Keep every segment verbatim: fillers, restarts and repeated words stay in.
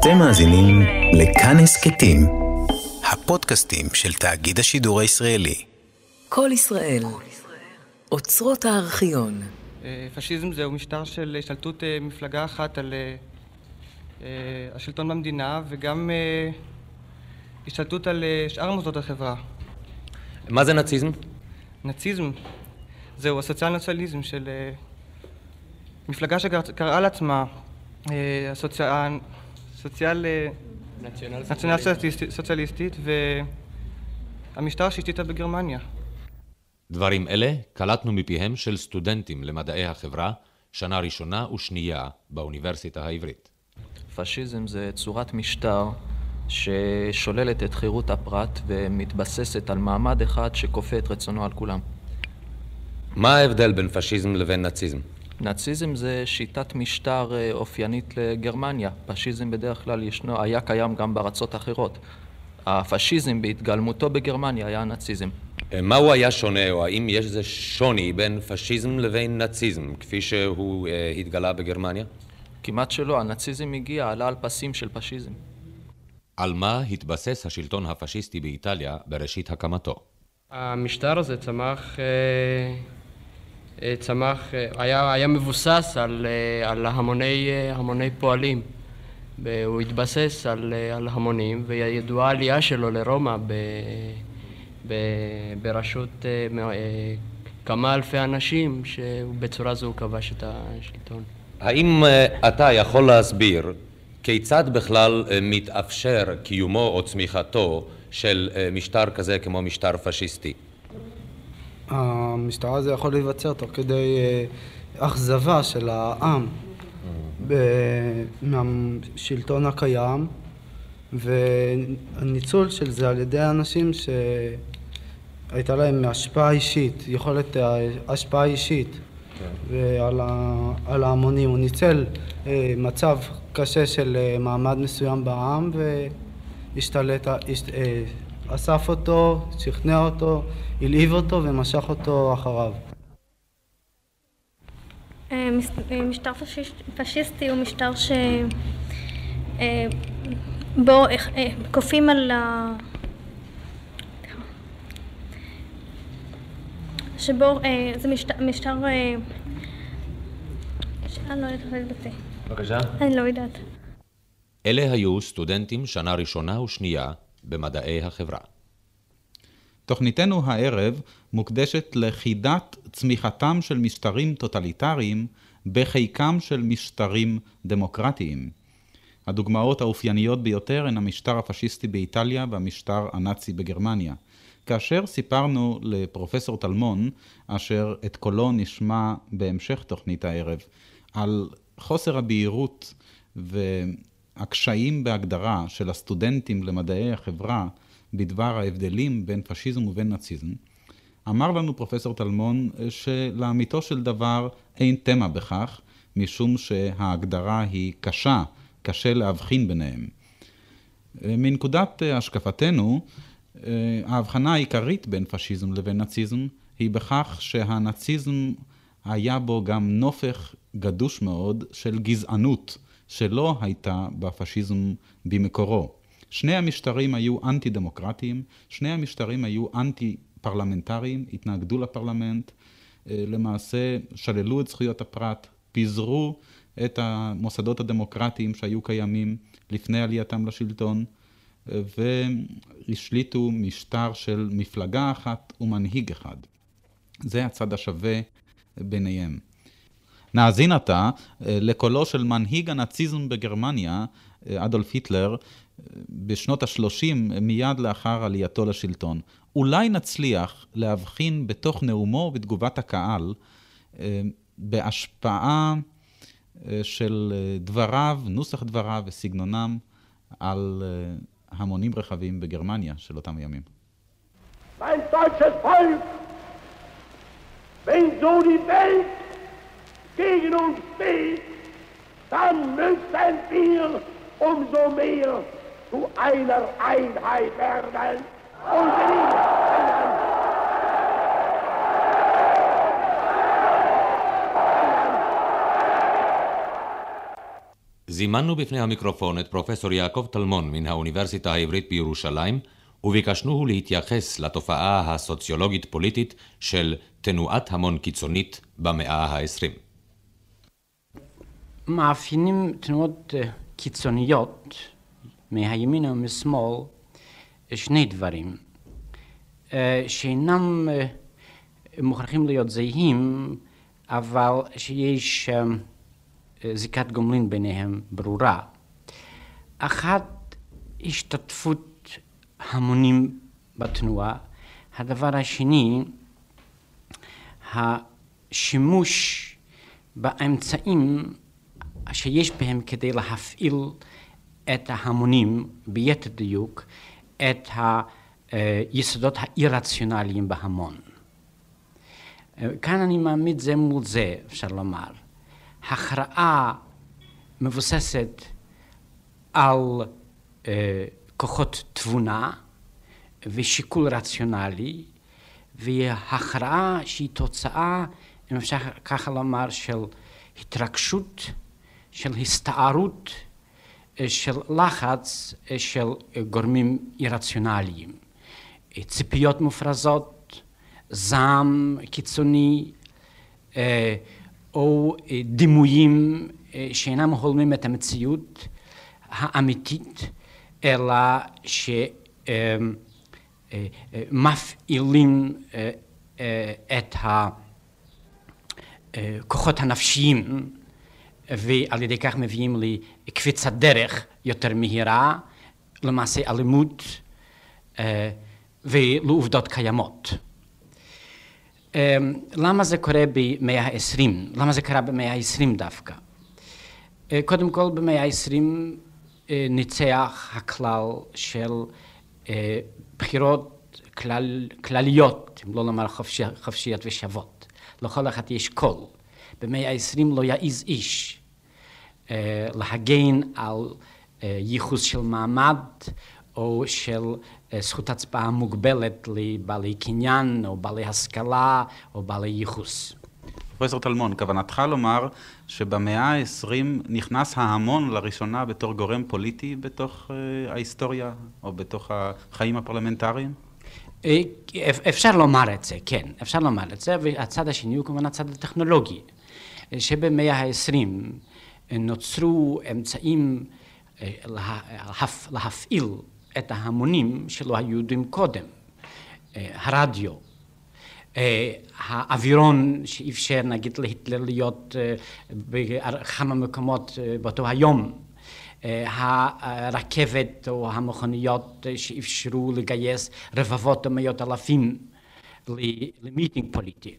אתם מאזינים לכאן הסכתים, הפודקאסטים של תאגיד השידור הישראלי. כל ישראל, אוצרות הארכיון. פשיזם זהו משטר של השתלטות מפלגה אחת על השלטון במדינה, וגם השתלטות על שאר מוסדות החברה. מה זה נאציזם? נאציזם זהו הסוציאל נציונליזם של מפלגה שקראה לעצמה הסוציאל נציונל סוציאליסטית, והמשטר שהשתיתה בגרמניה. דברים אלה קלטנו מפיהם של סטודנטים למדעי החברה, שנה ראשונה ושנייה באוניברסיטה העברית. פשיזם זה צורת משטר ששוללת את חירות הפרט ומתבססת על מעמד אחד שכופה את רצונו על כולם. מה ההבדל בין פשיזם לבין נאציזם? נאציזם זה שיטת משטר אופיינית לגרמניה. פשיזם בדרך כלל ישנו, היה קיים גם בארצות אחרות. הפשיזם בהתגלמותו בגרמניה היה נאציזם. מהו היה שונה, או האם יש איזה שוני בין פשיזם לבין נאציזם, כפי שהוא אה, התגלה בגרמניה? כמעט שלא, הנאציזם הגיע, עלה על פסים של פשיזם. על מה התבסס השלטון הפשיסטי באיטליה בראשית הקמתו? המשטר הזה צמח, צמח היה, היה מבוסס על, על המוני, המוני פועלים. הוא התבסס על, על המונים, וידועה העלייה שלו לרומא ב, ב, בראשות כמה אלפי אנשים, שבצורה זו הוא כבש את השלטון. האם אתה יכול להסביר כיצד בכלל מתאפשר קיומו או צמיחתו של משטר כזה כמו משטר פשיסטי? המשטר הזה יכול להיווצר תוך כדי אכזבה של העם מהשלטון הקיים, והניצול של זה על ידי אנשים שהייתה להם השפעה אישית, יכולת השפעה אישית ועל ההמונים. הוא ניצל מצב קשה של מעמד מסוים בעם והשתלט, אסף אותו, שכנע אותו, הלהיב אותו ומשך אותו אחריו. משטר פשיסטי הוא משטר שבו כופים על ה... שבו זה משטר... אני לא יודעת להתבטא. בבקשה? אני לא יודעת. אלה היו סטודנטים שנה ראשונה ושנייה במדעי החברה. תוכניתנו הערב מוקדשת לחידת צמיחתם של משטרים טוטליטריים בחיקם של משטרים דמוקרטיים. הדוגמאות האופייניות ביותר הן המשטר הפשיסטי באיטליה והמשטר הנאצי בגרמניה. כאשר סיפרנו לפרופסור טלמון, אשר את קולו נשמע בהמשך תוכנית הערב, על חוסר הבהירות והקשיים בהגדרה של הסטודנטים למדעי החברה בדבר ההבדלים בין פשיזם ובין נאציזם, אמר לנו פרופסור טלמון שלאמיתו של דבר אין תמה בכך, משום שההגדרה היא קשה, קשה להבחין ביניהם. מנקודת השקפתנו, ההבחנה העיקרית בין פשיזם לבין נאציזם היא בכך שהנאציזם היה בו גם נופך גדוש מאוד של גזענות שלא הייתה בפשיזם במקורו. שני המשטרים היו אנטי-דמוקרטיים, שני המשטרים היו אנטי-פרלמנטריים, התנגדו לפרלמנט, למעשה שללו את זכויות הפרט, פיזרו את המוסדות הדמוקרטיים שהיו קיימים לפני עלייתם לשלטון, והשליטו משטר של מפלגה אחת ומנהיג אחד. זה הצד השווה ביניהם. נאזין עתה לקולו של מנהיג הנאציזם בגרמניה, אדולף היטלר, בשנות השלושים מיד לאחר עלייתו לשלטון. אולי נצליח להבחין בתוך נאומו ובתגובת הקהל בהשפעה של דבריו, נוסח דבריו וסגנונם על המונים רחבים בגרמניה של אותם הימים. Mein deutsches Volk, wenn so die Welt gegen uns steht, dann müssen wir umso mehr zu einer Einheit werden und זימנו בפני המיקרופון את פרופסור יעקב טלמון מן האוניברסיטה העברית בירושלים, וביקשנוהו להתייחס לתופעה הסוציולוגית-פוליטית של תנועת המון קיצונית במאה העשרים. מאפיינים תנועות קיצוניות מהימין ומשמאל שני דברים שאינם מוכרחים להיות זהים, אבל שיש זיקת גומלין ביניהם ברורה. אחת, השתתפות המונים בתנועה. הדבר השני, השימוש באמצעים שיש בהם כדי להפעיל את ההמונים, ביתר דיוק, את היסודות האירציונליים בהמון. כאן אני מעמיד זה מול זה, אפשר לומר. הכרעה מבוססת על אה, כוחות תבונה ושיקול רציונלי, והכרעה שהיא תוצאה, אם אפשר ככה לומר, של התרגשות, של הסתערות, של לחץ של גורמים אירציונליים. ציפיות מופרזות, זעם קיצוני, אה, או דימויים שאינם הולמים את המציאות האמיתית, אלא שמפעילים את הכוחות הנפשיים, ועל ידי כך מביאים לי קפיצת דרך יותר מהירה, למעשה אלימות ולעובדות קיימות. למה זה קורה במאה העשרים? למה זה קרה במאה העשרים דווקא? קודם כל, במאה העשרים ניצח הכלל של בחירות כלל, כלליות, אם לא לומר חופשי, חופשיות ושוות. לכל אחד יש קול. במאה העשרים לא יעז איש להגן על ייחוס של מעמד או של זכות הצבעה מוגבלת לבעלי קניין או בעלי השכלה או בעלי ייחוס. פרופסור טלמון, כוונתך לומר שבמאה העשרים נכנס ההמון לראשונה בתור גורם פוליטי בתוך ההיסטוריה או בתוך החיים הפרלמנטריים? אפשר לומר את זה, כן, אפשר לומר את זה, והצד השני הוא כמובן הצד הטכנולוגי, שבמאה העשרים נוצרו אמצעים להפעיל את ההמונים שלא היו יודעים קודם. הרדיו, האווירון שאפשר נגיד להיטלר להיות בכמה מקומות באותו היום, הרכבת או המכוניות שאפשרו לגייס רבבות או מאות אלפים למיטינג פוליטי.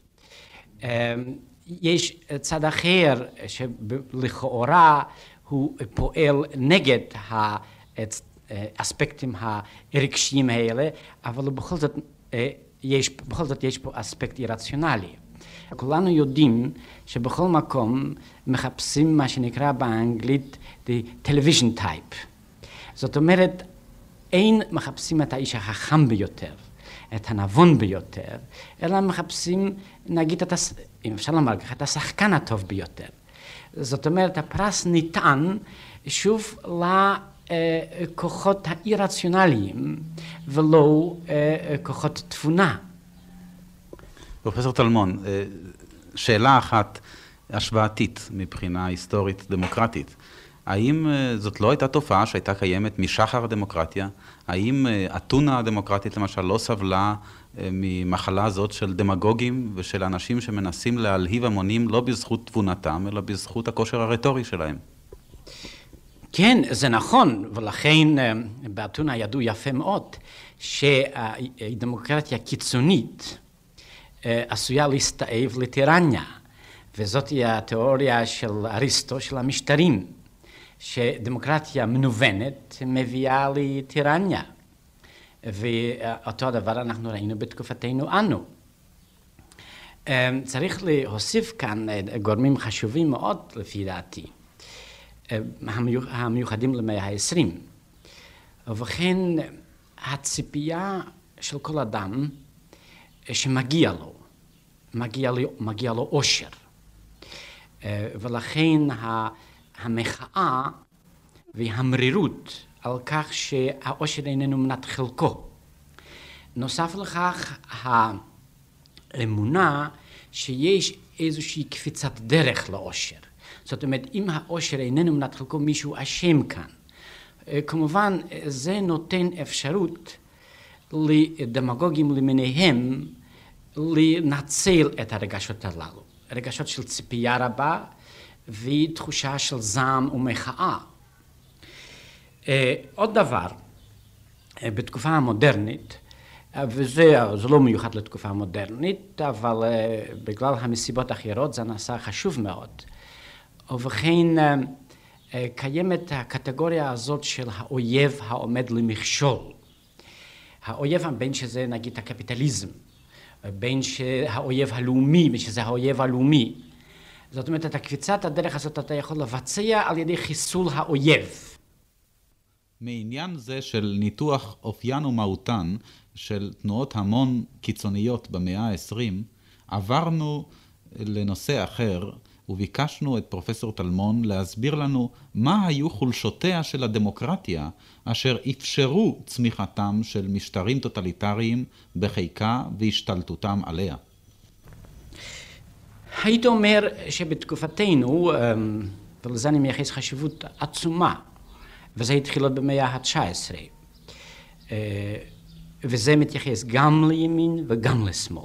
יש צד אחר שלכאורה הוא פועל נגד האספקטים הרגשיים האלה, אבל בכל זאת יש, בכל זאת יש פה אספקט אירציונלי. כולנו יודעים שבכל מקום מחפשים מה שנקרא באנגלית the television type. זאת אומרת, אין מחפשים את האיש החכם ביותר, את הנבון ביותר, אלא מחפשים, נגיד, את הס... אם אפשר לומר ככה, את השחקן הטוב ביותר. זאת אומרת, הפרס ניתן שוב לכוחות האירציונליים ולא כוחות תבונה. פרופסור טלמון, שאלה אחת השוואתית מבחינה היסטורית דמוקרטית. האם זאת לא הייתה תופעה שהייתה קיימת משחר הדמוקרטיה? האם אתונה הדמוקרטית למשל לא סבלה ממחלה הזאת של דמגוגים ושל אנשים שמנסים להלהיב המונים לא בזכות תבונתם, אלא בזכות הכושר הרטורי שלהם? כן, זה נכון, ולכן באתונה ידעו יפה מאוד שהדמוקרטיה קיצונית עשויה להסתאב לטירניה, וזאת היא התיאוריה של אריסטו של המשטרים, שדמוקרטיה מנוונת מביאה לטירניה, ואותו הדבר אנחנו ראינו בתקופתנו אנו. צריך להוסיף כאן גורמים חשובים מאוד לפי דעתי, המיוחדים למאה העשרים, ובכן הציפייה של כל אדם שמגיע לו, מגיע לו, מגיע לו אושר, ולכן המחאה והמרירות על כך שהאושר איננו מנת חלקו. נוסף לכך, האמונה שיש איזושהי קפיצת דרך לאושר. זאת אומרת, אם האושר איננו מנת חלקו, מישהו אשם כאן. כמובן, זה נותן אפשרות לדמגוגים למיניהם לנצל את הרגשות הללו. רגשות של ציפייה רבה ותחושה של זעם ומחאה. עוד דבר, בתקופה המודרנית, וזה זה לא מיוחד לתקופה המודרנית, אבל בגלל המסיבות האחרות זה נעשה חשוב מאוד. ובכן, קיימת הקטגוריה הזאת של האויב העומד למכשול. האויב בין שזה נגיד הקפיטליזם, בין שהאויב הלאומי, שזה האויב הלאומי. זאת אומרת, את הקפיצת הדרך הזאת אתה יכול לבצע על ידי חיסול האויב. מעניין זה של ניתוח אופיין ומהותן של תנועות המון קיצוניות במאה ה-עשרים, עברנו לנושא אחר וביקשנו את פרופסור טלמון להסביר לנו מה היו חולשותיה של הדמוקרטיה אשר אפשרו צמיחתם של משטרים טוטליטריים בחיקה והשתלטותם עליה. הייתי אומר שבתקופתנו, ולזה אני מייחס חשיבות עצומה, וזה התחיל עוד במאה ה-תשע עשרה, וזה מתייחס גם לימין וגם לשמאל.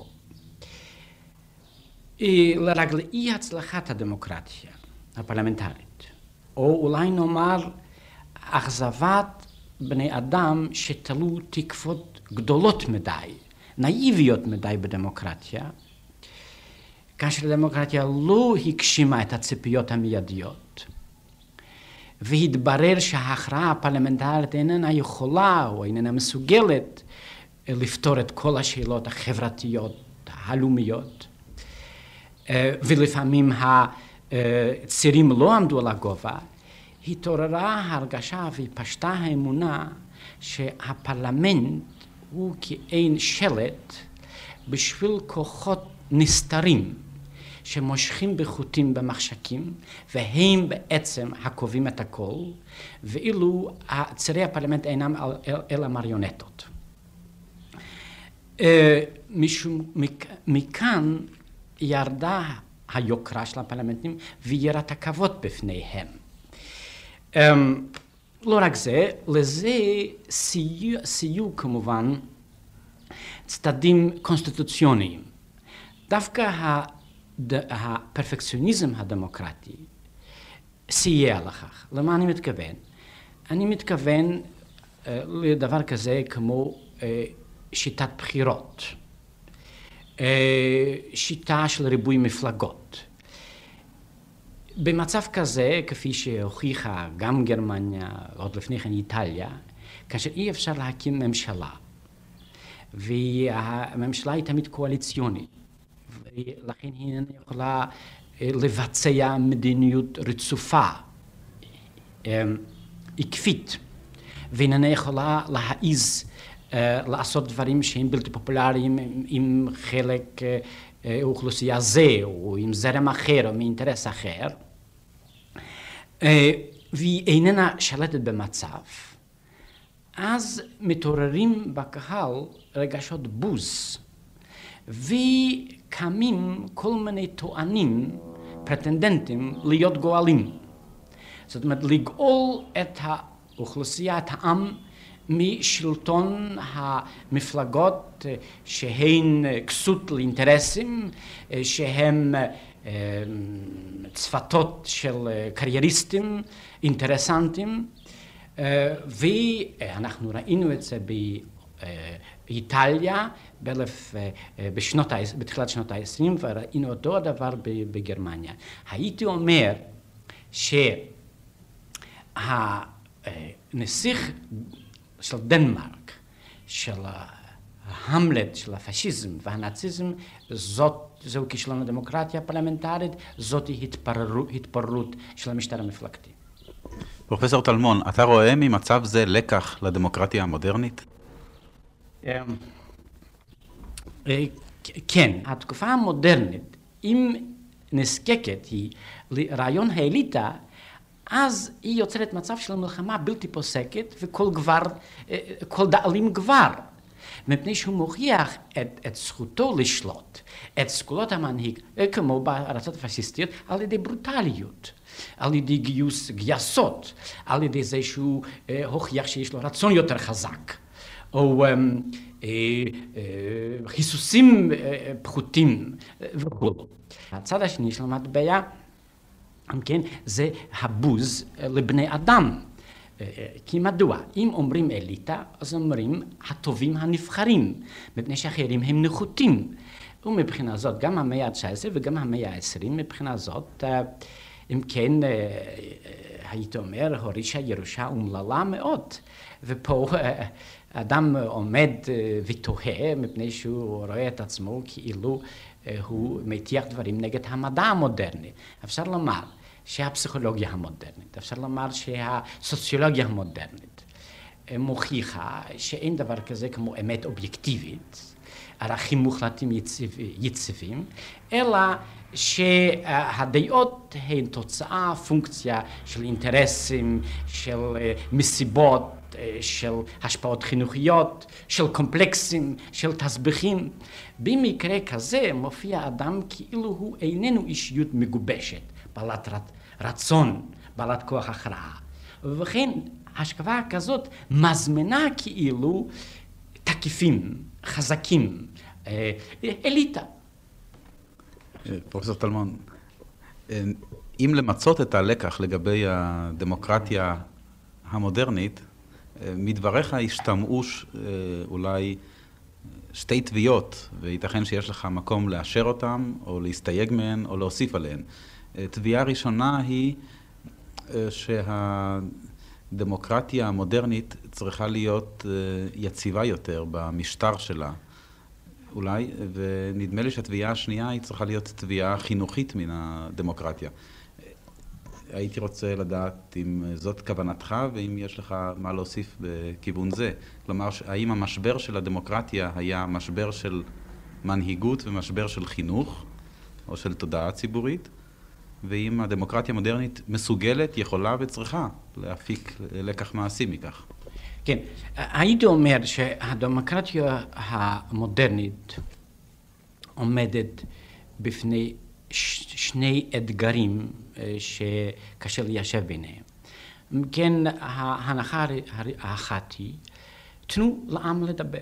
לרגל אי הצלחת הדמוקרטיה הפרלמנטרית, או אולי נאמר אכזבת בני אדם שתלו תקוות גדולות מדי, נאיביות מדי בדמוקרטיה, כאשר הדמוקרטיה לא הגשימה את הציפיות המיידיות, והתברר שההכרעה הפרלמנטרית איננה יכולה או איננה מסוגלת לפתור את כל השאלות החברתיות, הלאומיות, ולפעמים הצירים לא עמדו על הגובה, התעוררה הרגשה והתפשטה האמונה שהפרלמנט הוא כאין שלט בשביל כוחות נסתרים שמושכים בחוטים במחשכים, והם בעצם הקובעים את הכל, ואילו צירי הפרלמנט אינם אלא מריונטות. משום, מכאן ירדה היוקרה של הפרלמנטים ויראת הכבוד בפניהם. לא רק זה, לזה סייעו, סייעו כמובן צדדים קונסטיטוציוניים. דווקא הפרפקציוניזם הדמוקרטי סייע לכך. למה אני מתכוון? אני מתכוון לדבר כזה כמו שיטת בחירות, שיטה של ריבוי מפלגות. במצב כזה, כפי שהוכיחה גם גרמניה, עוד לפני כן איטליה, כאשר אי אפשר להקים ממשלה, והממשלה היא תמיד קואליציונית, ולכן היא איננה יכולה לבצע מדיניות רצופה, עקבית, ואיננה יכולה להעיז לעשות דברים שהם בלתי פופולריים עם חלק אוכלוסייה זה, או עם זרם אחר, או מאינטרס אחר, והיא איננה שלטת במצב, אז מתעוררים בקהל רגשות בוז, וקמים כל מיני טוענים, פרטנדנטים, להיות גואלים. זאת אומרת, לגאול את האוכלוסייה, את העם, משלטון המפלגות שהן כסות לאינטרסים, שהן צוותות של קרייריסטים, אינטרסנטים, ואנחנו ראינו את זה באיטליה בשנות, בתחילת שנות ה-עשרים, וראינו אותו הדבר בגרמניה. הייתי אומר שהנסיך של דנמרק, של ההמלט, של הפשיזם והנאציזם, זאת, זהו כישלון הדמוקרטיה הפרלמנטרית, זאת התפררות, התפררות של המשטר המפלגתי. פרופסור טלמון, אתה רואה ממצב זה לקח לדמוקרטיה המודרנית? כן, התקופה המודרנית, אם נזקקת היא לרעיון האליטה, אז היא יוצרת מצב של מלחמה בלתי פוסקת, וכל גבר, כל דאלים גבר. מפני שהוא מוכיח את, את זכותו לשלוט, את סגולות המנהיג, כמו בארצות הפשיסטיות, על ידי ברוטליות, על ידי גיוס גייסות, על ידי זה שהוא אה, הוכיח שיש לו רצון יותר חזק, או אה, אה, אה, חיסוסים אה, פחותים וכו'. הצד השני של המטבע, כן, זה הבוז לבני אדם. כי מדוע? אם אומרים אליטה, אז אומרים הטובים הנבחרים, מפני שאחרים הם נחותים. ומבחינה זאת, גם המאה ה-תשע עשרה וגם המאה ה-עשרים, מבחינה זאת, אם כן, הייתי אומר, הורישה ירושה אומללה מאוד. ופה אדם עומד ותוהה, מפני שהוא רואה את עצמו כאילו הוא מטיח דברים נגד המדע המודרני. אפשר לומר, שהפסיכולוגיה המודרנית, אפשר לומר שהסוציולוגיה המודרנית מוכיחה שאין דבר כזה כמו אמת אובייקטיבית, ערכים מוחלטים יציבים, אלא שהדעות הן תוצאה, פונקציה של אינטרסים, של מסיבות, של השפעות חינוכיות, של קומפלקסים, של תסביכים. במקרה כזה מופיע אדם כאילו הוא איננו אישיות מגובשת, בעלת רצון, בעלת כוח הכרעה. ובכן, השקפה כזאת מזמנה כאילו תקיפים, חזקים, אליטה. פרופסור טלמון, אם למצות את הלקח לגבי הדמוקרטיה המודרנית, מדבריך השתמעו אולי שתי תביעות, וייתכן שיש לך מקום לאשר אותן, או להסתייג מהן, או להוסיף עליהן. תביעה ראשונה היא שהדמוקרטיה המודרנית צריכה להיות יציבה יותר במשטר שלה, אולי, ונדמה לי שהתביעה השנייה היא צריכה להיות תביעה חינוכית מן הדמוקרטיה. הייתי רוצה לדעת אם זאת כוונתך, ואם יש לך מה להוסיף בכיוון זה. כלומר, האם המשבר של הדמוקרטיה היה משבר של מנהיגות ומשבר של חינוך, או של תודעה ציבורית, ואם הדמוקרטיה המודרנית מסוגלת, יכולה וצריכה להפיק לקח מעשי מכך. כן, הייתי אומר שהדמוקרטיה המודרנית עומדת בפני שני אתגרים שקשה ליישב ביניהם. כן, ההנחה האחת היא, תנו לעם לדבר.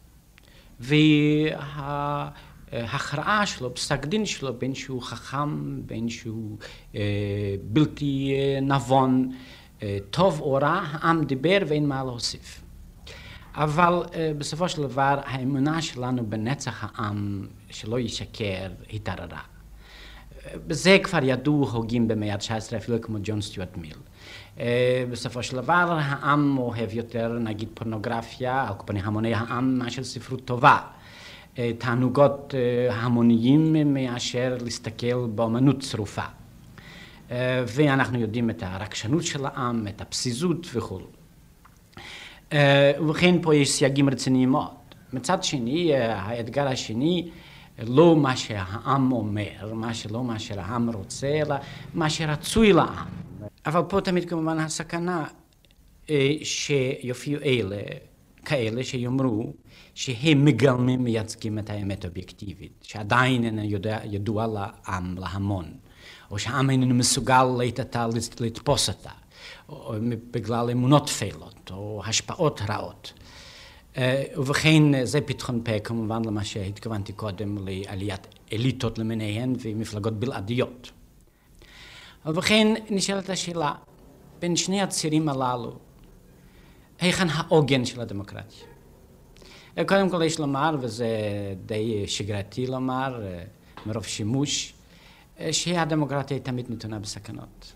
וההכרעה שלו, פסק דין שלו, בין שהוא חכם, בין שהוא אה, בלתי נבון, אה, טוב או רע, העם דיבר ואין מה להוסיף. אבל אה, בסופו של דבר, האמונה שלנו בנצח העם שלא ישקר התערערה. בזה כבר ידעו הוגים במאה ה-תשע עשרה, אפילו כמו ג'ון סטיוארט מיל. Uh, בסופו של דבר, העם אוהב יותר, נגיד, פורנוגרפיה, על פני המוני העם, מאשר ספרות טובה. Uh, תענוגות uh, המוניים מאשר להסתכל באמנות צרופה. Uh, ואנחנו יודעים את הרגשנות של העם, את הפסיזות וכו'. Uh, וכן פה יש סייגים רציניים מאוד. מצד שני, uh, האתגר השני, לא מה שהעם אומר, מה שלא מה שהעם רוצה, אלא מה שרצוי לעם. אבל פה תמיד כמובן הסכנה שיופיעו אלה, כאלה שיאמרו שהם מגלמים מייצגים את האמת האובייקטיבית, שעדיין אינו יודע, ידוע לעם, להמון, או שהעם איננו מסוגל להתתה, לתפוס אותה, או בגלל אמונות תפלות, או השפעות רעות. ובכן זה פתחון פה כמובן למה שהתכוונתי קודם לעליית אליטות למיניהן ומפלגות בלעדיות. ובכן נשאלת השאלה, בין שני הצירים הללו, היכן העוגן של הדמוקרטיה? קודם כל יש לומר, וזה די שגרתי לומר, מרוב שימוש, שהדמוקרטיה היא תמיד נתונה בסכנות.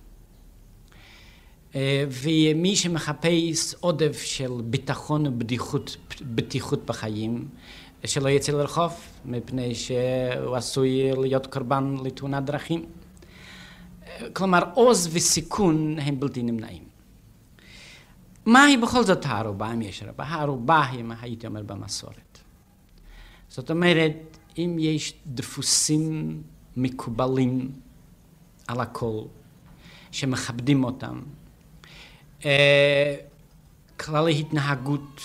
ומי שמחפש עודף של ביטחון ובטיחות, בטיחות בחיים, שלא יצא לרחוב, מפני שהוא עשוי להיות קורבן לתאונת דרכים. כלומר, עוז וסיכון הם בלתי נמנעים. מהי בכל זאת הערובה, אם יש ערובה? הערובה היא, מה הייתי אומר, במסורת. זאת אומרת, אם יש דפוסים מקובלים על הכל, שמכבדים אותם. כללי התנהגות,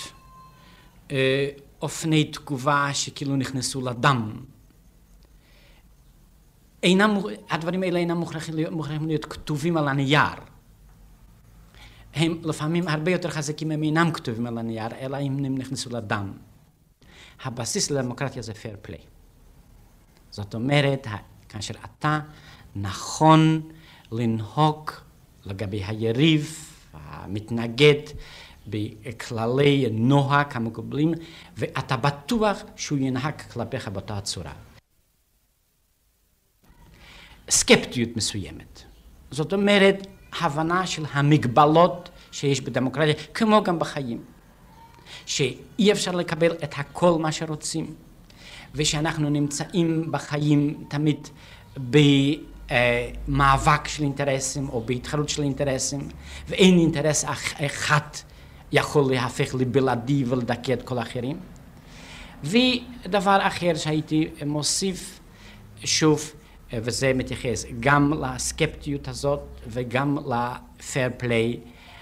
אופני תגובה שכאילו נכנסו לדם. אינם, הדברים האלה אינם מוכרחים להיות, מוכרחים להיות כתובים על הנייר. הם לפעמים הרבה יותר חזקים, הם אינם כתובים על הנייר, אלא אם הם נכנסו לדם. הבסיס לדמוקרטיה זה fair play. זאת אומרת, כאשר אתה נכון לנהוג לגבי היריב, המתנגד, בכללי נוהג המקובלים, ואתה בטוח שהוא ינהג כלפיך באותה צורה. סקפטיות מסוימת. זאת אומרת, הבנה של המגבלות שיש בדמוקרטיה, כמו גם בחיים. שאי אפשר לקבל את הכל מה שרוצים, ושאנחנו נמצאים בחיים תמיד במאבק של אינטרסים או בהתחרות של אינטרסים, ואין אינטרס אחד יכול להפך לבלעדי ולדכא את כל האחרים. ודבר אחר שהייתי מוסיף שוב, וזה מתייחס גם לסקפטיות הזאת וגם ל-fair play,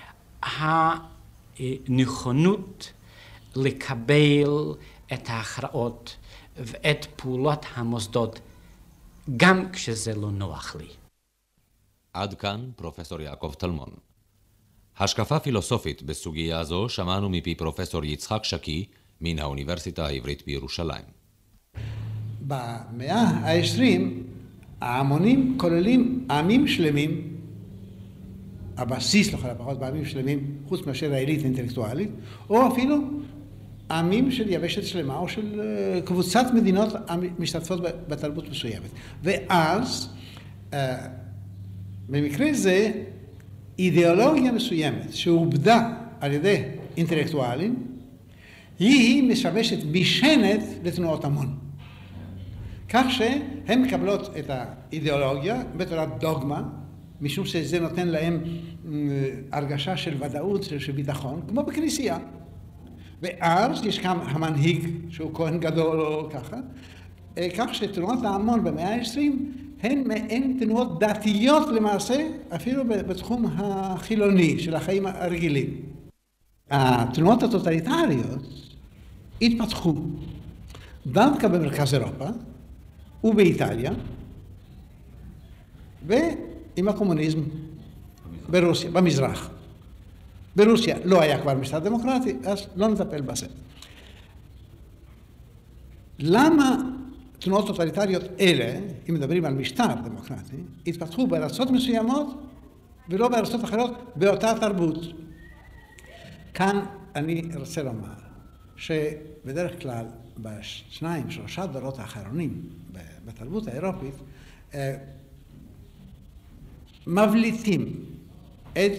הנכונות לקבל את ההכרעות ואת פעולות המוסדות, גם כשזה לא נוח לי. עד כאן פרופסור יעקב טלמון. השקפה פילוסופית בסוגיה זו שמענו מפי פרופסור יצחק שקי מן האוניברסיטה העברית בירושלים. במאה העשרים ההמונים כוללים עמים שלמים, הבסיס לכל הפחות בעמים שלמים, חוץ מאשר העילית האינטלקטואלית, או אפילו עמים של יבשת שלמה או של קבוצת מדינות המשתתפות בתרבות מסוימת. ואז במקרה זה אידיאולוגיה מסוימת שעובדה על ידי אינטלקטואלים, היא משמשת משענת לתנועות המון. כך שהן מקבלות את האידיאולוגיה בתורת דוגמה, משום שזה נותן להם הרגשה של ודאות, של ביטחון, כמו בכנסייה. ואז יש כאן המנהיג שהוא כהן גדול או ככה, כך שתנועות ההמון במאה העשרים הן מעין תנועות דתיות למעשה, אפילו בתחום החילוני של החיים הרגילים. התנועות הטוטליטריות התפתחו דווקא במרכז אירופה ובאיטליה, ועם הקומוניזם ברוסיה, במזרח. ברוסיה לא היה כבר משטר דמוקרטי, אז לא נטפל בזה. למה תנועות טוטליטריות אלה, אם מדברים על משטר דמוקרטי, התפתחו בארצות מסוימות ולא בארצות אחרות באותה תרבות? כאן אני רוצה לומר שבדרך כלל בשניים, שלושה דורות האחרונים בתרבות האירופית, מבליטים את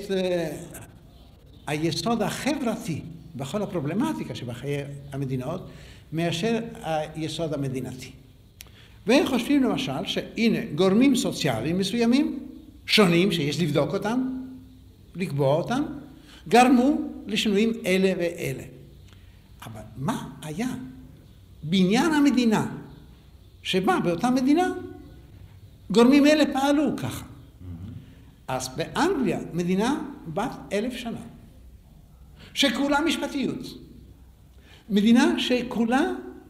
היסוד החברתי בכל הפרובלמטיקה שבחיי המדינות, מאשר היסוד המדינתי. והם חושבים למשל שהנה גורמים סוציאליים מסוימים, שונים שיש לבדוק אותם, לקבוע אותם, גרמו לשינויים אלה ואלה. אבל מה היה בניין המדינה שבה באותה מדינה גורמים אלה פעלו ככה? אז באנגליה מדינה בת אלף שנה, שכולה משפטיות, מדינה שכולה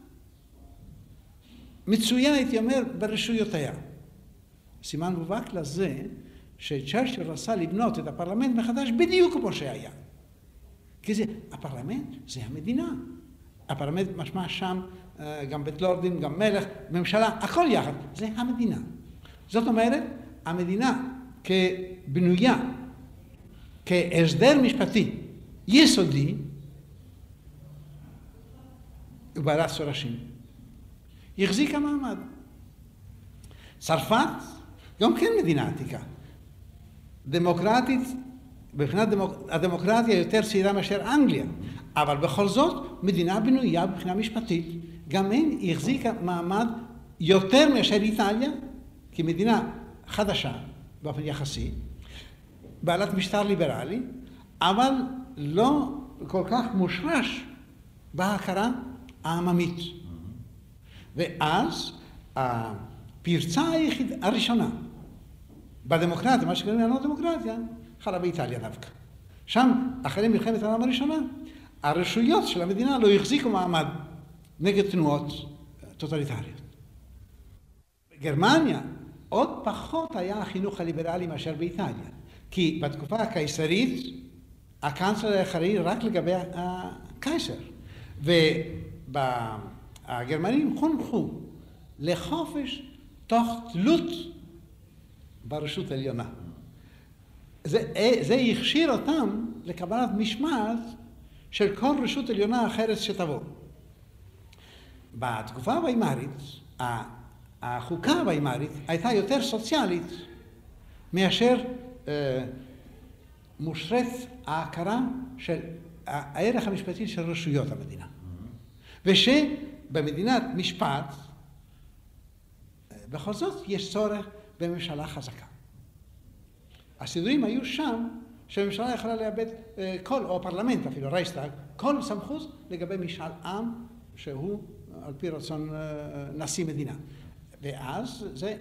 מצויה, הייתי אומר, ברשויותיה. סימן מובהק לזה שצ'רצ'יל רצה לבנות את הפרלמנט מחדש בדיוק כמו שהיה. כי זה, הפרלמנט זה המדינה. הפרלמנט משמע שם גם בית לורדים, גם מלך, ממשלה, הכל יחד, זה המדינה. זאת אומרת, המדינה כבנויה, כהסדר משפטי יסודי, ובעלת שורשים. החזיקה מעמד. צרפת, גם כן מדינה עתיקה. דמוקרטית, מבחינת דמוק... הדמוקרטיה יותר צעירה מאשר אנגליה, אבל בכל זאת מדינה בנויה מבחינה משפטית. גם הן החזיקה מעמד יותר מאשר איטליה, כמדינה חדשה באופן יחסי, בעלת משטר ליברלי, אבל לא כל כך מושרש בהכרה העממית. ואז הפרצה היחיד, הראשונה בדמוקרטיה, מה שקוראים לנו דמוקרטיה, חלה באיטליה דווקא. שם, אחרי מלחמת העולם הראשונה, הרשויות של המדינה לא החזיקו מעמד נגד תנועות טוטליטריות. בגרמניה עוד פחות היה החינוך הליברלי מאשר באיטליה, כי בתקופה הקיסרית הקנצלר היה אחראי רק לגבי הקיסר, והגרמנים חונכו לחופש תוך תלות ברשות העליונה. זה, זה הכשיר אותם לקבלת משמעת של כל רשות עליונה אחרת שתבוא. בתקופה הוויימרית, החוקה הוויימרית הייתה יותר סוציאלית מאשר אה, מושרת ההכרה של הערך המשפטי של רשויות המדינה. ושבמדינת משפט, בכל זאת יש צורך בממשלה חזקה. הסידורים היו שם שהממשלה יכולה לאבד כל, או הפרלמנט אפילו, רייכסטאג, כל סמכות לגבי משאל עם שהוא על פי רצון נשיא מדינה. ואז זה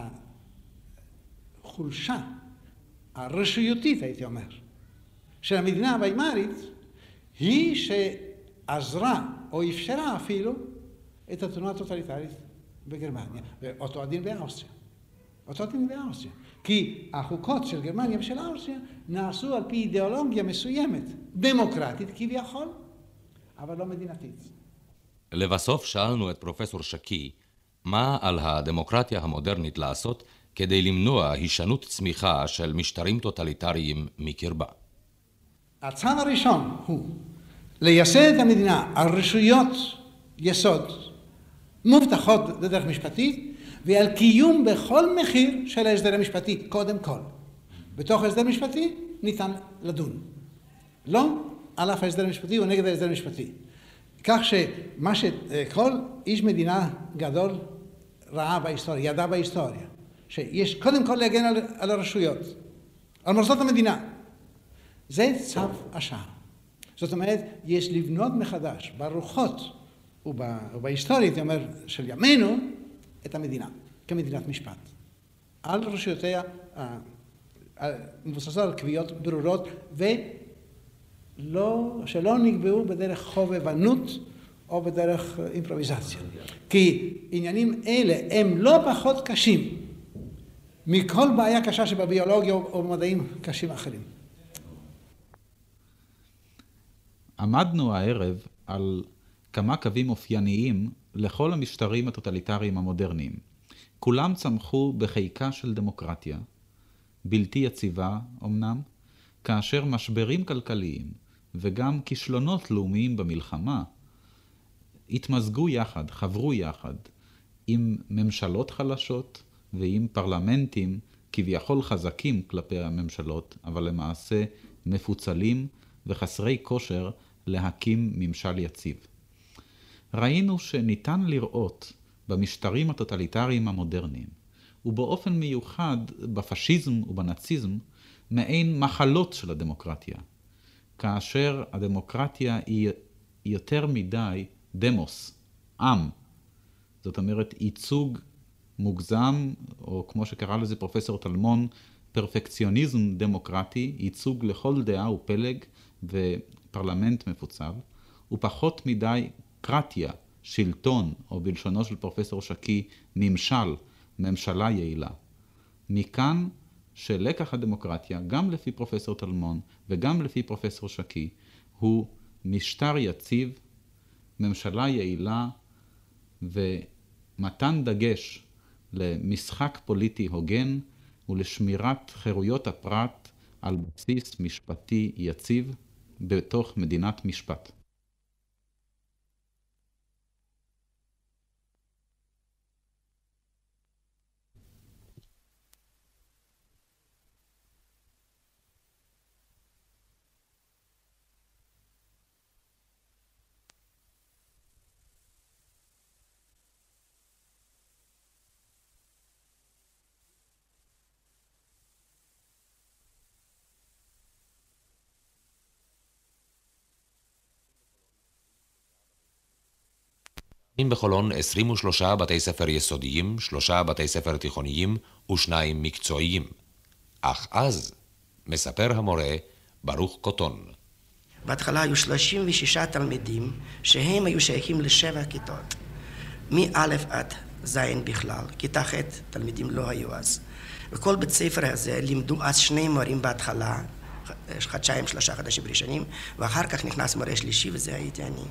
החולשה הרשויותית, הייתי אומר, של המדינה הוויימרית, היא שעזרה או אפשרה אפילו את התנועה הטוטליטרית בגרמניה, ואותו הדין באוסטריה. אותו דין באוסטריה. כי החוקות של גרמניה ושל אוסטריה נעשו על פי אידיאולוגיה מסוימת, דמוקרטית כביכול, אבל לא מדינתית. לבסוף שאלנו את פרופסור שקי, מה על הדמוקרטיה המודרנית לעשות כדי למנוע הישנות צמיחה של משטרים טוטליטריים מקרבה? הצעד הראשון הוא לייסד את המדינה על רשויות יסוד מובטחות בדרך משפטית, ועל קיום בכל מחיר של ההסדר המשפטי, קודם כל. בתוך ההסדר המשפטי ניתן לדון. לא על אף ההסדר המשפטי או נגד ההסדר המשפטי. כך שמה שכל איש מדינה גדול ראה בהיסטוריה, ידע בהיסטוריה, שיש קודם כל להגן על, על הרשויות, על מוסדות המדינה. זה צו השעה. זאת אומרת, יש לבנות מחדש ברוחות ובהיסטוריה, הייתי אומר, של ימינו, את המדינה, כמדינת משפט. על רשויותיה, מבוססות על קביעות ברורות, ולא, שלא נקבעו בדרך חובבנות או בדרך אימפרוביזציה. כי עניינים אלה הם לא פחות קשים מכל בעיה קשה שבביולוגיה או במדעים קשים אחרים. עמדנו הערב על כמה קווים אופייניים לכל המשטרים הטוטליטריים המודרניים. כולם צמחו בחיקה של דמוקרטיה, בלתי יציבה אמנם, כאשר משברים כלכליים וגם כישלונות לאומיים במלחמה התמזגו יחד, חברו יחד, עם ממשלות חלשות ועם פרלמנטים כביכול חזקים כלפי הממשלות, אבל למעשה מפוצלים וחסרי כושר להקים ממשל יציב. ראינו שניתן לראות במשטרים הטוטליטריים המודרניים, ובאופן מיוחד בפשיזם ובנאציזם, מעין מחלות של הדמוקרטיה, כאשר הדמוקרטיה היא יותר מדי דמוס, עם. זאת אומרת, ייצוג מוגזם, או כמו שקרא לזה פרופסור טלמון, פרפקציוניזם דמוקרטי, ייצוג לכל דעה ופלג ופרלמנט מפוצל, ופחות מדי קרטיה, שלטון, או בלשונו של פרופסור שקי, ממשל, ממשלה יעילה. מכאן שלקח הדמוקרטיה, גם לפי פרופסור טלמון וגם לפי פרופסור שקי, הוא משטר יציב, ממשלה יעילה ומתן דגש למשחק פוליטי הוגן ולשמירת חירויות הפרט על בסיס משפטי יציב בתוך מדינת משפט. בחולון עשרים ושלושה בתי ספר יסודיים, שלושה בתי ספר תיכוניים ושניים מקצועיים. אך אז, מספר המורה ברוך קוטון. בהתחלה היו שלושים ושישה תלמידים שהם היו שייכים לשבע כיתות. מא' עד ז' בכלל, כיתה ח' תלמידים לא היו אז. וכל בית ספר הזה לימדו אז שני מורים בהתחלה, חודשיים, שלושה חודשים ראשונים, ואחר כך נכנס מורה שלישי וזה הייתי אני.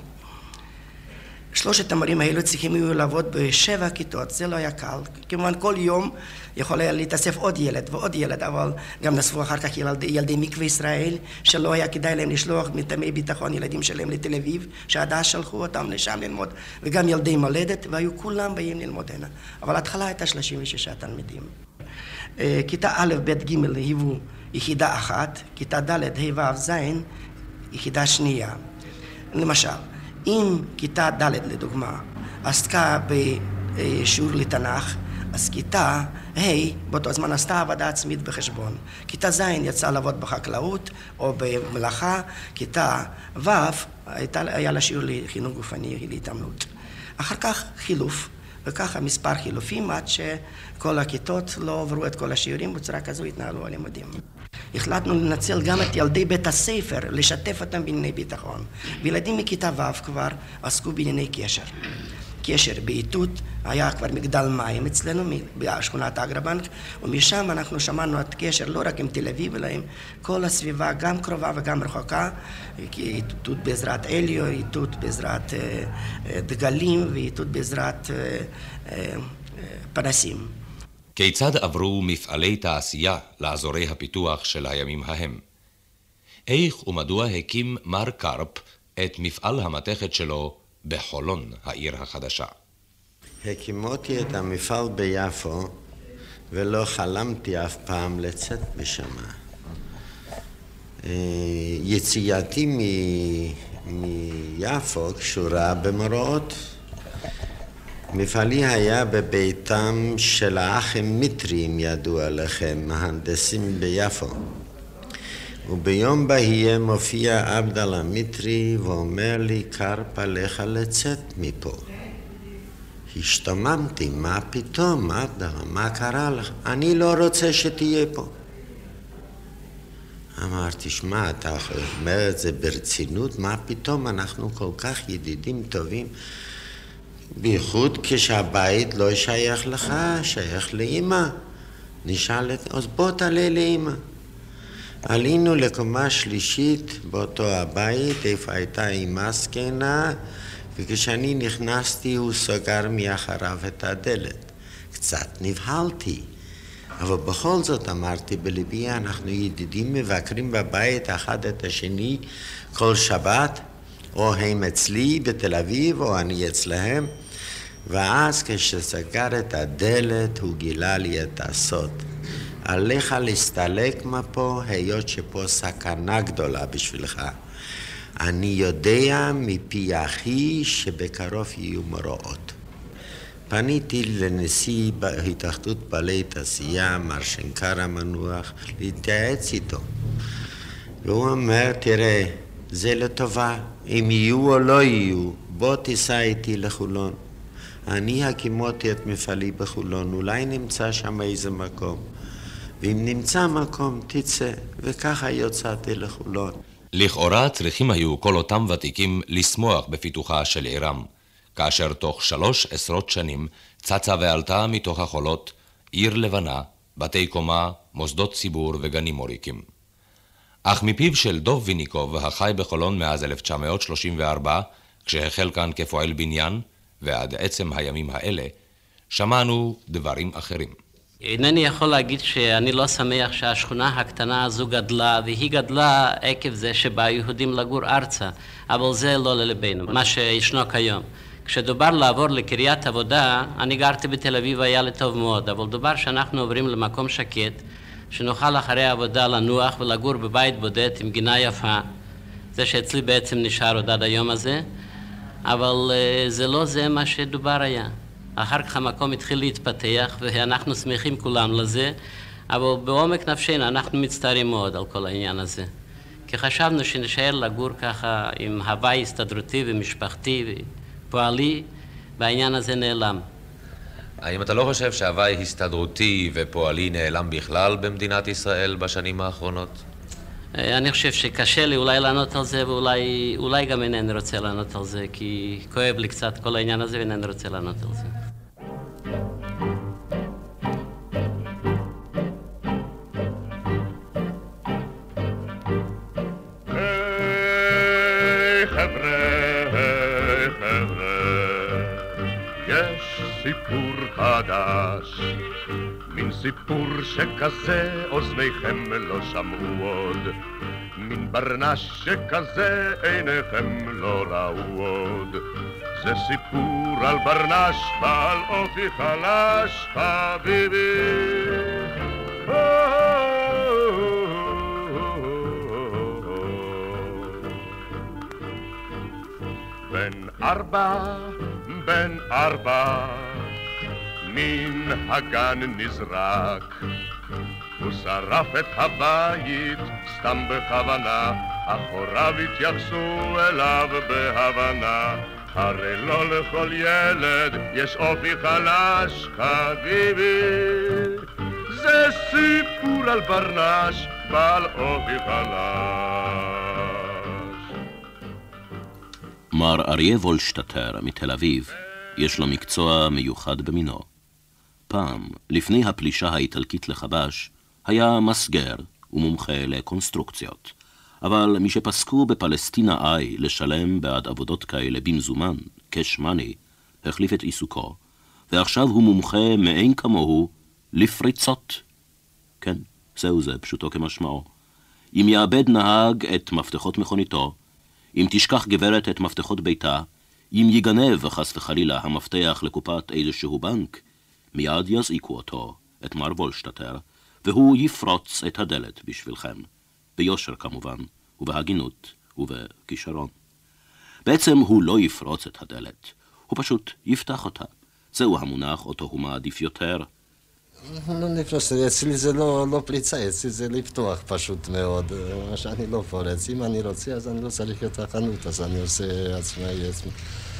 שלושת המורים האלו צריכים היו לעבוד בשבע כיתות, זה לא היה קל. כמובן כל יום יכול היה להתאסף עוד ילד ועוד ילד, אבל גם נוספו אחר כך ילדי, ילדי מקווה ישראל, שלא היה כדאי להם לשלוח מטעמי ביטחון ילדים שלהם לתל אביב, שעד אז שלחו אותם לשם ללמוד, וגם ילדי מולדת, והיו כולם באים ללמוד הנה. אבל ההתחלה הייתה שלושים ושישה תלמידים. כיתה א', ב', ג' היוו יחידה אחת, כיתה ד', ה', ו', ז', יחידה שנייה. למשל, אם כיתה ד' לדוגמה עסקה בשיעור לתנ"ך, אז כיתה ה' באותו זמן עשתה עבודה עצמית בחשבון. כיתה ז' יצאה לעבוד בחקלאות או במלאכה, כיתה ו' היה לה שיעור לחינוך גופני, להתעמלות. אחר כך חילוף, וככה מספר חילופים עד שכל הכיתות לא עברו את כל השיעורים, בצורה כזו התנהלו הלימודים. החלטנו לנצל גם את ילדי בית הספר, לשתף אותם בענייני ביטחון. וילדים מכיתה ו' כבר עסקו בענייני קשר. קשר באיתות, היה כבר מגדל מים אצלנו, בשכונת אגרבנק, ומשם אנחנו שמענו את קשר לא רק עם תל אביב, אלא עם כל הסביבה, גם קרובה וגם רחוקה, איתות בעזרת אליו, איתות בעזרת אה, אה, דגלים, ואיתות בעזרת אה, אה, פנסים. כיצד עברו מפעלי תעשייה לאזורי הפיתוח של הימים ההם? איך ומדוע הקים מר קרפ את מפעל המתכת שלו בחולון, העיר החדשה? הקימותי את המפעל ביפו ולא חלמתי אף פעם לצאת משם. יציאתי מיפו קשורה במוראות. מפעלי היה בביתם של האחים מיטרים, ידוע לכם, מהנדסים ביפו. וביום בהייה מופיע עבדאללה מיטרי ואומר לי, קרפ עליך לצאת מפה. השתוממתי, מה פתאום, עבדאללה, מה קרה לך? אני לא רוצה שתהיה פה. אמרתי, שמע, אתה אומר את זה ברצינות, מה פתאום, אנחנו כל כך ידידים טובים. בייחוד כשהבית לא שייך לך, שייך לאמא. נשאל את, אז בוא תעלה לאמא. עלינו לקומה שלישית באותו הבית, איפה הייתה אמא זקנה, וכשאני נכנסתי הוא סגר מאחריו את הדלת. קצת נבהלתי, אבל בכל זאת אמרתי בלבי, אנחנו ידידים מבקרים בבית אחד את השני כל שבת, או הם אצלי בתל אביב, או אני אצלהם. ואז כשסגר את הדלת, הוא גילה לי את הסוד. עליך להסתלק מפה, היות שפה סכנה גדולה בשבילך. אני יודע מפי אחי שבקרוב יהיו מוראות. פניתי לנשיא התאחדות בעלי תעשייה, מר שנקר המנוח, להתייעץ איתו. והוא אומר, תראה, זה לטובה, אם יהיו או לא יהיו, בוא תיסע איתי לחולון. אני הקימותי את מפעלי בחולון, אולי נמצא שם איזה מקום. ואם נמצא מקום, תצא, וככה יוצאתי לחולון. לכאורה צריכים היו כל אותם ותיקים לשמוח בפיתוחה של עירם, כאשר תוך שלוש עשרות שנים צצה ועלתה מתוך החולות עיר לבנה, בתי קומה, מוסדות ציבור וגנים מוריקים. אך מפיו של דוב ויניקוב, החי בחולון מאז אלף תשע מאות שלושים וארבע, כשהחל כאן כפועל בניין, ועד עצם הימים האלה, שמענו דברים אחרים. אינני יכול להגיד שאני לא שמח שהשכונה הקטנה הזו גדלה, והיא גדלה עקב זה שבא יהודים לגור ארצה, אבל זה לא ללבנו, מה שישנו כיום. כשדובר לעבור לקריית עבודה, אני גרתי בתל אביב, היה לי טוב מאוד, אבל דובר שאנחנו עוברים למקום שקט, שנוכל אחרי העבודה לנוח ולגור בבית בודד עם גינה יפה, זה שאצלי בעצם נשאר עוד עד היום הזה, אבל זה לא זה מה שדובר היה. אחר כך המקום התחיל להתפתח, ואנחנו שמחים כולם לזה, אבל בעומק נפשנו אנחנו מצטערים מאוד על כל העניין הזה. כי חשבנו שנשאר לגור ככה עם הוואי הסתדרותי ומשפחתי ופועלי, והעניין הזה נעלם. האם אתה לא חושב שהוואי הסתדרותי ופועלי נעלם בכלל במדינת ישראל בשנים האחרונות? אני חושב שקשה לי אולי לענות על זה, ואולי אולי גם אינני רוצה לענות על זה, כי כואב לי קצת כל העניין הזה ואינני רוצה לענות על זה. סיפור חדש, מין סיפור שכזה אוזניכם לא שמעו עוד, מין ברנש שכזה עיניכם לא ראו עוד. זה סיפור על ברנש בעל אופי חלש, חביבי. בן ארבע, בן ארבע, מן הגן נזרק, הוא שרף את הבית סתם בכוונה, אחוריו התייחסו אליו בהבנה. הרי לא לכל ילד יש אופי חלש, חביבי. זה סיפור על ברנש בעל אופי חלש. מר אריה וולשטטר מתל אביב יש לו מקצוע מיוחד במינו. פעם, לפני הפלישה האיטלקית לחבש, היה מסגר ומומחה לקונסטרוקציות. אבל מי שפסקו בפלסטינה איי לשלם בעד עבודות כאלה במזומן, קש מאני, החליף את עיסוקו, ועכשיו הוא מומחה מאין כמוהו לפריצות. כן, זהו זה, פשוטו כמשמעו. אם יאבד נהג את מפתחות מכוניתו, אם תשכח גברת את מפתחות ביתה, אם יגנב חס וחלילה המפתח לקופת איזשהו בנק, מיד יזעיקו אותו, את מר וולשטטר, והוא יפרוץ את הדלת בשבילכם. ביושר כמובן, ובהגינות, ובכישרון. בעצם הוא לא יפרוץ את הדלת, הוא פשוט יפתח אותה. זהו המונח אותו הוא מעדיף יותר. לא נפרוץ, אצלי זה לא, לא פריצה, אצלי זה לפתוח פשוט מאוד. מה שאני לא פורץ, אם אני רוצה אז אני לא צריך את החנות, אז אני עושה עצמאי עצמי.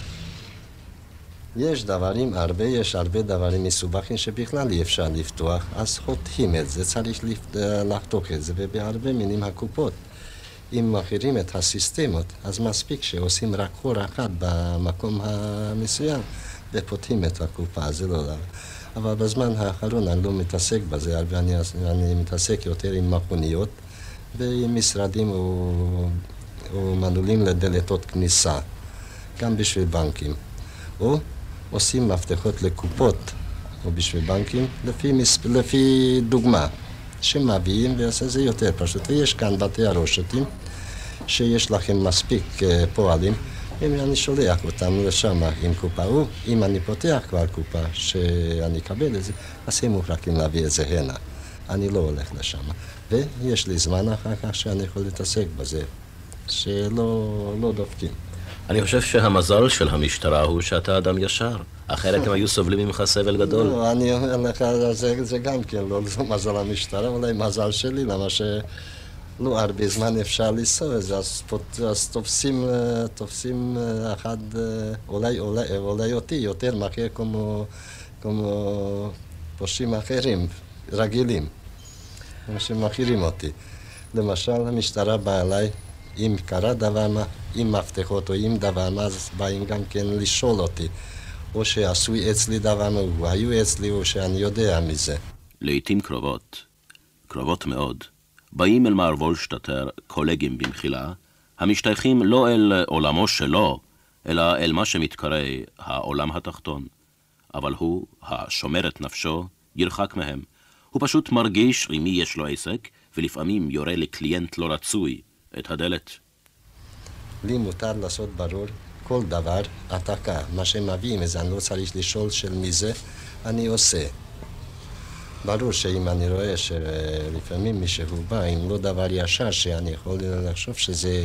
יש דברים הרבה, יש הרבה דברים מסובכים שבכלל אי אפשר לפתוח, אז חותכים את זה, צריך לחתוך את זה, ובהרבה מינים הקופות. אם מכירים את הסיסטמות, אז מספיק שעושים רק חור אחד במקום המסוים, ופותחים את הקופה, זה לא דבר. אבל בזמן האחרון אני לא מתעסק בזה, הרבה אני, אני מתעסק יותר עם מכוניות, ועם משרדים ומנעולים לדלתות כניסה, גם בשביל בנקים. או עושים מפתחות לקופות, או בשביל בנקים, לפי, לפי דוגמה, שמביאים ועושה זה יותר פשוט. ויש כאן בתי הרושתים, שיש לכם מספיק פועלים, אם אני שולח אותם לשם עם קופה, או אם אני פותח כבר קופה שאני אקבל את זה, אז הם מוכרחים להביא את זה הנה. אני לא הולך לשם. ויש לי זמן אחר כך שאני יכול להתעסק בזה, שלא לא דופקים. אני חושב שהמזל של המשטרה הוא שאתה אדם ישר, אחרת הם היו סובלים ממך סבל גדול. לא, אני אומר לך, זה, זה גם כן לא מזל המשטרה, אולי מזל שלי, למה שלא הרבה זמן אפשר לנסוע את זה, אז, אז תופסים, תופסים אחד, אולי, אולי, אולי אותי יותר מהר כמו, כמו פושעים אחרים, רגילים, שמכירים אותי. למשל, המשטרה באה אליי, אם קרה דבר מה, עם מפתחות או עם דבר מה, אז באים גם כן לשאול אותי. או שעשוי אצלי דבר מה, היו אצלי או שאני יודע מזה. לעתים קרובות, קרובות מאוד, באים אל מר וולשטטר קולגים במחילה, המשתייכים לא אל עולמו שלו, אלא אל מה שמתקרא העולם התחתון. אבל הוא, השומר את נפשו, ירחק מהם. הוא פשוט מרגיש עם מי יש לו עסק, ולפעמים יורה לקליינט לא רצוי את הדלת. לי מותר לעשות ברור כל דבר, התקה, מה שמביאים את זה, אני לא צריך לשאול של מי זה, אני עושה. ברור שאם אני רואה שלפעמים מישהו בא עם לא דבר ישר, שאני יכול לחשוב שזה,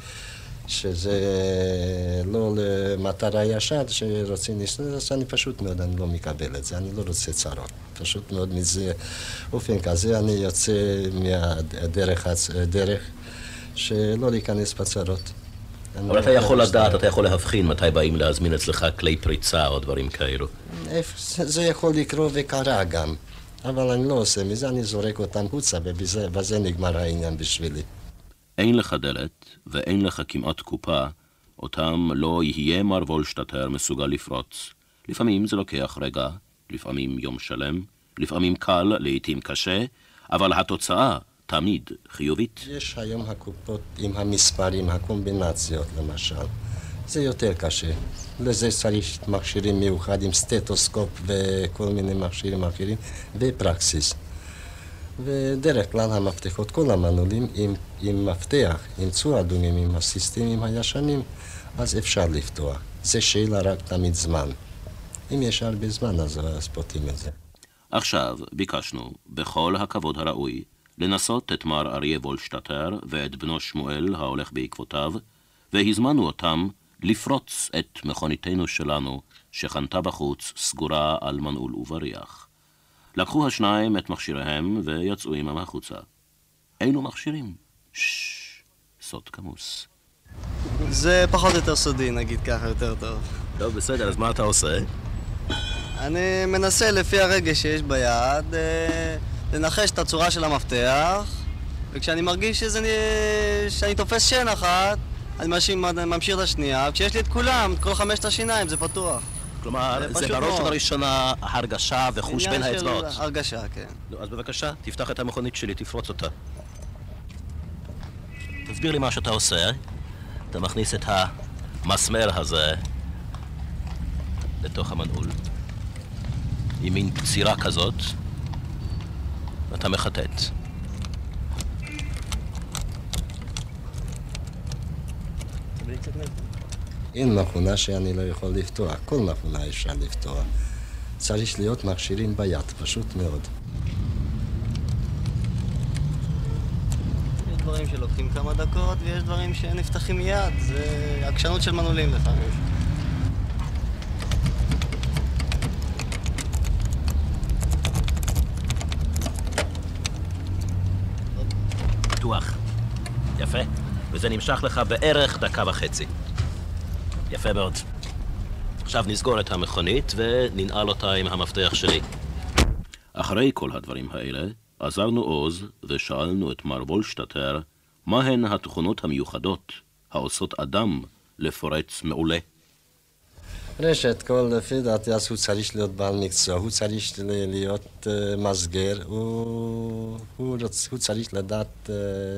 שזה לא למטרה ישר, שרוצים לשנות, אז אני פשוט מאוד, אני לא מקבל את זה, אני לא רוצה צרות. פשוט מאוד מזה, אופן כזה, אני יוצא מהדרך, דרך שלא להיכנס בצרות. אבל אתה יכול לדעת, אתה יכול להבחין מתי באים להזמין אצלך כלי פריצה או דברים כאלו. זה יכול לקרות וקרה גם, אבל אני לא עושה מזה, אני זורק אותם חוצה, ובזה נגמר העניין בשבילי. אין לך דלת ואין לך כמעט קופה, אותם לא יהיה מר וולשטאטר מסוגל לפרוץ. לפעמים זה לוקח רגע, לפעמים יום שלם, לפעמים קל, לעתים קשה, אבל התוצאה תמיד חיובית. יש היום הקופות עם המספרים, הקומבינציות למשל. זה יותר קשה. לזה צריך מכשירים מיוחדים, סטטוסקופ וכל מיני מכשירים אחרים, ופרקסיס. ודרך כלל המפתחות, כל המנעולים עם, עם מפתח, עם צור אדומים, עם הסיסטמים הישנים, אז אפשר לפתוח. זה שאלה רק תמיד זמן. אם יש הרבה זמן, אז פותחים את זה. עכשיו ביקשנו, בכל הכבוד הראוי, לנסות את מר אריה וולשטאטר ואת בנו שמואל ההולך בעקבותיו, והזמנו אותם לפרוץ את מכוניתנו שלנו, שחנתה בחוץ סגורה על מנעול ובריח. לקחו השניים את מכשיריהם ויצאו עמם החוצה. אילו מכשירים? ששש, סוד כמוס. זה פחות או יותר סודי, נגיד ככה, יותר טוב. טוב, בסדר, אז מה אתה עושה? אני מנסה לפי הרגש שיש ביד, לנחש את הצורה של המפתח, וכשאני מרגיש שזה, שאני תופס שן אחת, אני ממשיך את השנייה, וכשיש לי את כולם, את כל חמשת השיניים, זה פתוח. כלומר, זה בראש ובראשונה הרגשה וחוש בין האצבעות. הרגשה, כן. אז בבקשה, תפתח את המכונית שלי, תפרוץ אותה. תסביר לי מה שאתה עושה. אתה מכניס את המסמר הזה לתוך המנעול, עם מין פצירה כזאת, ואתה מחטט. אין מכונה שאני לא יכול לפתוח, כל מכונה אפשר לפתוח. צריך להיות מכשירים ביד, פשוט מאוד. יש דברים שלוקחים כמה דקות ויש דברים שנפתחים מיד, זה עקשנות של מנעולים לפעמים. פתוח. יפה. וזה נמשך לך בערך דקה וחצי. יפה מאוד. עכשיו נסגור את המכונית וננעל אותה עם המפתח שלי. אחרי כל הדברים האלה, עזרנו עוז ושאלנו את מר וולשטאטר מהן התכונות המיוחדות העושות אדם לפורץ מעולה. ראשית כל, לפי דעתי, אז הוא צריך להיות בעל מקצוע, הוא צריך להיות uh, מסגר, הוא, הוא, הוא צריך לדעת uh,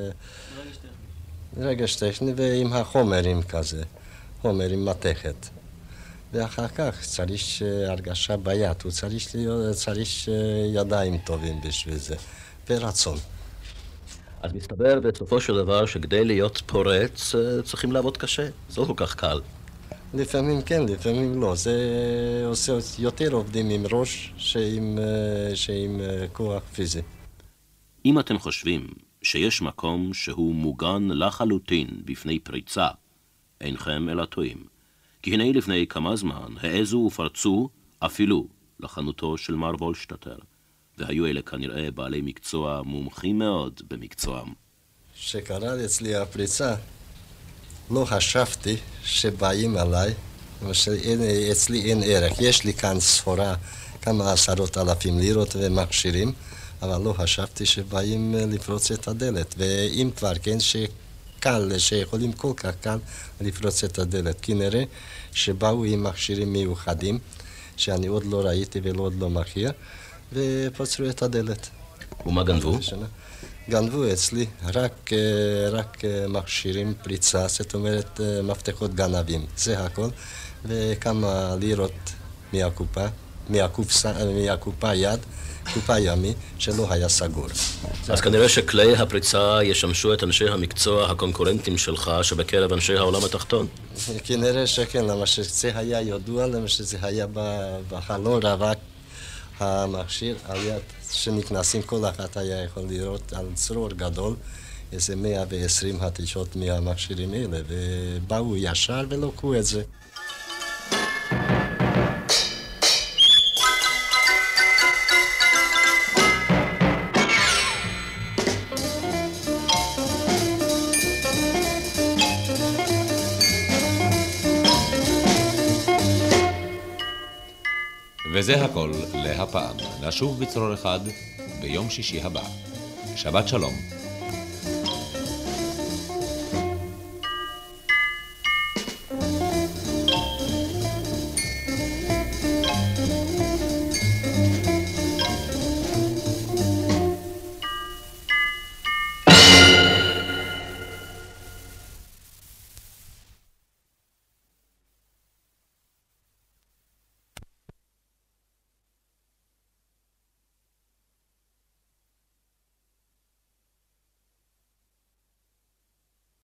רגש טכני ועם החומרים כזה, חומרים מתכת. ואחר כך צריך uh, הרגשה ביד, הוא צריך, להיות, צריך uh, ידיים טובים בשביל זה, ורצון. אז מסתבר בסופו של דבר שכדי להיות פורץ uh, צריכים לעבוד קשה, זה לא כל כך קל. לפעמים כן, לפעמים לא. זה עושה יותר עובדים עם ראש שעם, שעם כוח פיזי. אם אתם חושבים שיש מקום שהוא מוגן לחלוטין בפני פריצה, אינכם אלא טועים. כי הנה לפני כמה זמן העזו ופרצו אפילו לחנותו של מר וולשטאטר, והיו אלה כנראה בעלי מקצוע מומחים מאוד במקצועם. שקרה אצלי הפריצה, לא חשבתי שבאים עליי, אצלי אין ערך. יש לי כאן ספורה, כמה עשרות אלפים לירות ומכשירים, אבל לא חשבתי שבאים לפרוץ את הדלת. ואם כבר כן, שקל, שיכולים כל כך קל לפרוץ את הדלת. כי נראה שבאו עם מכשירים מיוחדים, שאני עוד לא ראיתי ולא עוד לא מכיר, ופוצרו את הדלת. ומה גנבו? גנבו אצלי רק, רק מכשירים פריצה, זאת אומרת מפתחות גנבים, זה הכל, וכמה לירות מהקופה, מהקופסה, מהקופה יד, קופה ימי, שלא היה סגור. אז כנראה שכלי הפריצה ישמשו את אנשי המקצוע הקונקורנטים שלך שבקרב אנשי העולם התחתון. כנראה שכן, למה שזה היה ידוע, למה שזה היה בחלון רק המכשיר על יד שנכנסים, כל אחת היה יכול לראות על צרור גדול איזה מאה ועשרים התישות מהמכשירים האלה, ובאו ישר ולוקחו את זה. וזה הכל להפעם. נשוב בצרור אחד ביום שישי הבא. שבת שלום.